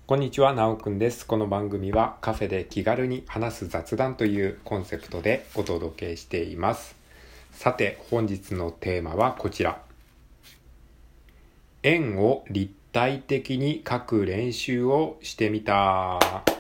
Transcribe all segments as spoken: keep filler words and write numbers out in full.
こんにちは、なおくんです。この番組はカフェで気軽に話す雑談というコンセプトでお届けしています。さて、本日のテーマはこちら。円を立体的に描く練習をしてみた。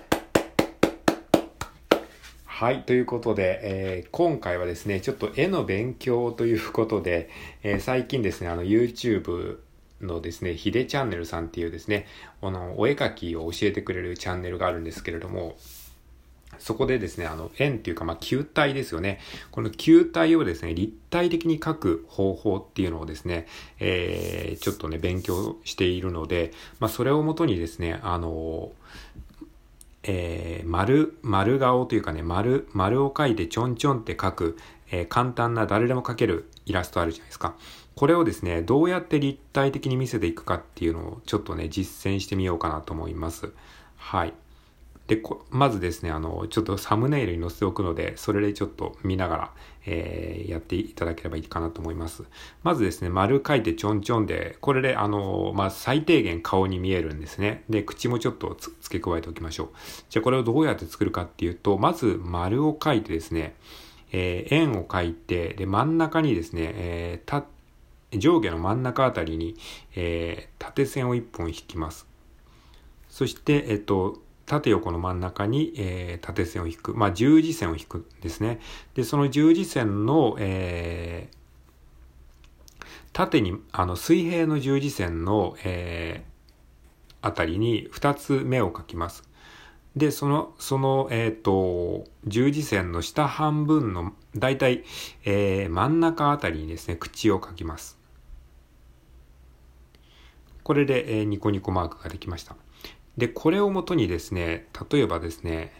はい、ということで、えー、今回はですね、ちょっと絵の勉強ということで、えー、最近ですね、あの YouTubeのですね、ヒデチャンネルさんっていうですね、あのお絵描きを教えてくれるチャンネルがあるんですけれども、そこでですね、あの円っていうか、まあ、球体ですよね。この球体をですね、立体的に描く方法っていうのをですね、えー、ちょっとね、勉強しているので、まあ、それをもとにですね、あのえー、丸、丸顔というかね、丸、丸を描いてちょんちょんって描く、えー、簡単な誰でも描けるイラストあるじゃないですか。これをですね、どうやって立体的に見せていくかっていうのをちょっとね、実践してみようかなと思います。はい。で、こまずですね、あの、ちょっとサムネイルに載せておくので、それでちょっと見ながら、えー、やっていただければいいかなと思います。まずですね、丸書いてちょんちょんで、これで、あの、まあ、最低限顔に見えるんですね。で、口もちょっとつ付け加えておきましょう。じゃあ、これをどうやって作るかっていうと、まず丸を書いてですね、えー、円を書いて、で、真ん中にですね、えー、た上下の真ん中あたりに、えー、縦線を一本引きます。そして、えっと、縦横の真ん中に、えー、縦線を引く。まあ、十字線を引くんですね。で、その十字線の、えー、縦に、あの、水平の十字線の、えー、あたりに二つ目を描きます。で、その、その、えっと、十字線の下半分の、だいたい、えー、真ん中あたりにですね、口を描きます。これで、えー、ニコニコマークができました。で、これをもとにですね、例えばですね、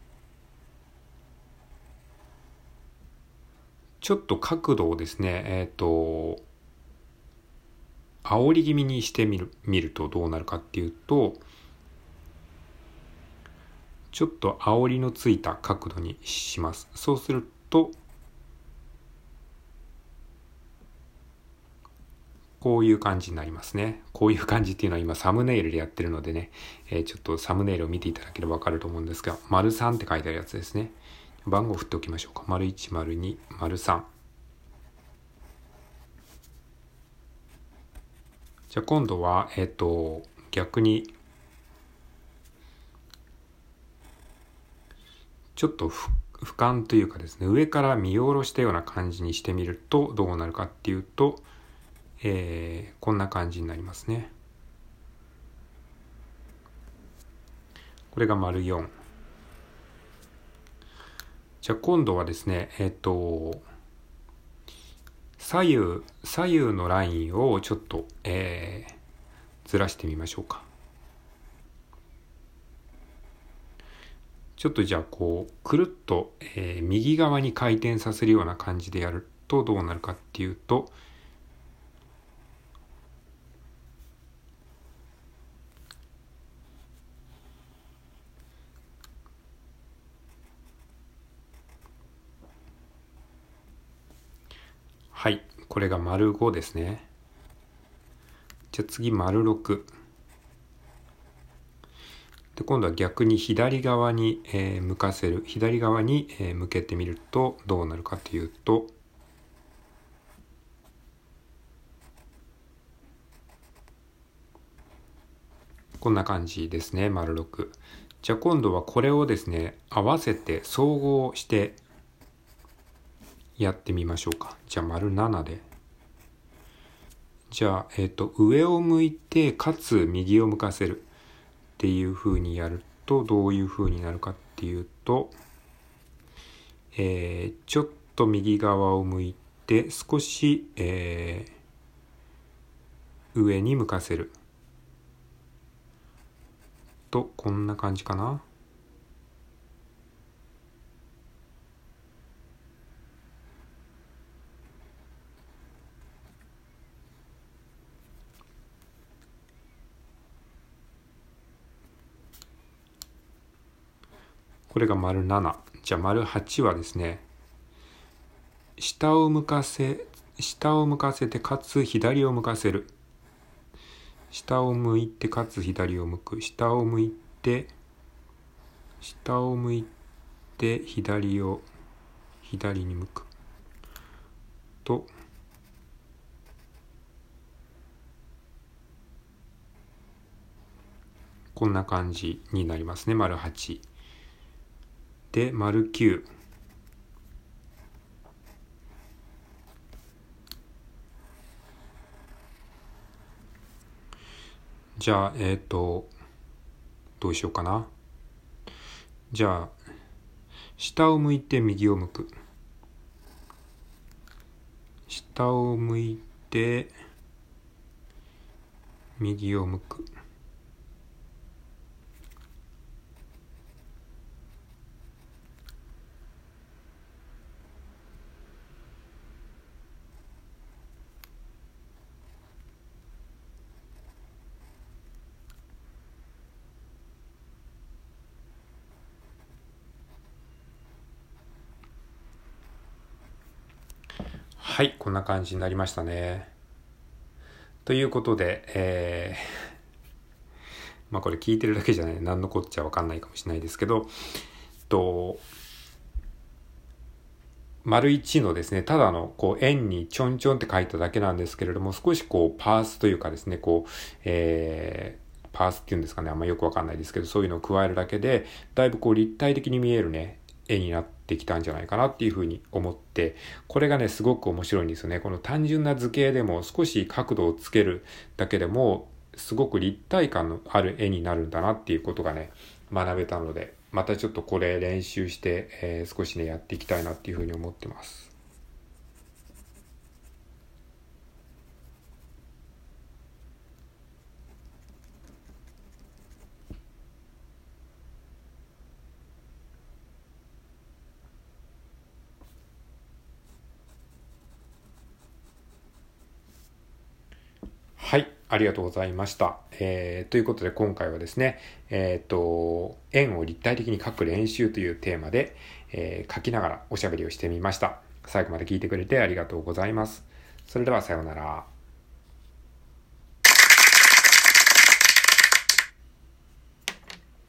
ちょっと角度をですね、えっと、煽り気味にしてみる、見るとどうなるかっていうと、ちょっと煽りのついた角度にします。そうすると、こういう感じになりますね。こういう感じっていうのは今サムネイルでやってるのでね、えー、ちょっとサムネイルを見ていただければわかると思うんですが、丸さんって書いてあるやつですね。番号振っておきましょうか。丸いち、丸に、丸さん。じゃあ今度は、えっと、逆に、ちょっとふ俯瞰というかですね、上から見下ろしたような感じにしてみるとどうなるかっていうと、えー、こんな感じになりますね。これが丸よん。じゃあ今度はですね、えっと、左右、左右のラインをちょっと、えー、ずらしてみましょうか。ちょっとじゃあこう、くるっと、えー、右側に回転させるような感じでやるとどうなるかっていうと、はい、これが丸ごですね。じゃあ次丸ろく。で、今度は逆に左側に、えー、向かせる。左側に、えー、向けてみるとどうなるかというと、こんな感じですね、丸ろく。じゃあ今度はこれをですね、合わせて総合してやってみましょうか。じゃあ丸ななで。じゃあ、えっと、上を向いて、かつ右を向かせるっていう風にやると、どういう風になるかっていうと、えー、ちょっと右側を向いて、少し、えー、上に向かせる。と、こんな感じかな。これが丸なな。じゃあ丸はちはですね、下を向かせ、下を向かせてかつ左を向かせる。下を向いてかつ左を向く。下を向いて、下を向いて左を左に向くと、こんな感じになりますね。丸はちで丸きゅう、じゃあえっとどうしようかな。じゃあ下を向いて右を向く、下を向いて右を向く、はい、こんな感じになりましたね。ということで、えー、まあこれ聞いてるだけじゃね、何のこっちゃわかんないかもしれないですけど、と丸いちのですね、ただのこう円にちょんちょんって書いただけなんですけれども、少しこうパースというかですね、こう、えー、パースっていうんですかね、あんまよくわかんないですけど、そういうのを加えるだけで、だいぶこう立体的に見えるね、絵になってきたんじゃないかなっていうふうに思って、これがね、すごく面白いんですよね。この単純な図形でも少し角度をつけるだけでも、すごく立体感のある絵になるんだなっていうことがね、学べたので、またちょっとこれ練習して、えー、少しね、やっていきたいなっていうふうに思ってます。はい、ありがとうございました。えー、ということで今回はですね、えっと、円を立体的に描く練習というテーマで、えー、描きながらおしゃべりをしてみました。最後まで聞いてくれてありがとうございます。それではさようなら。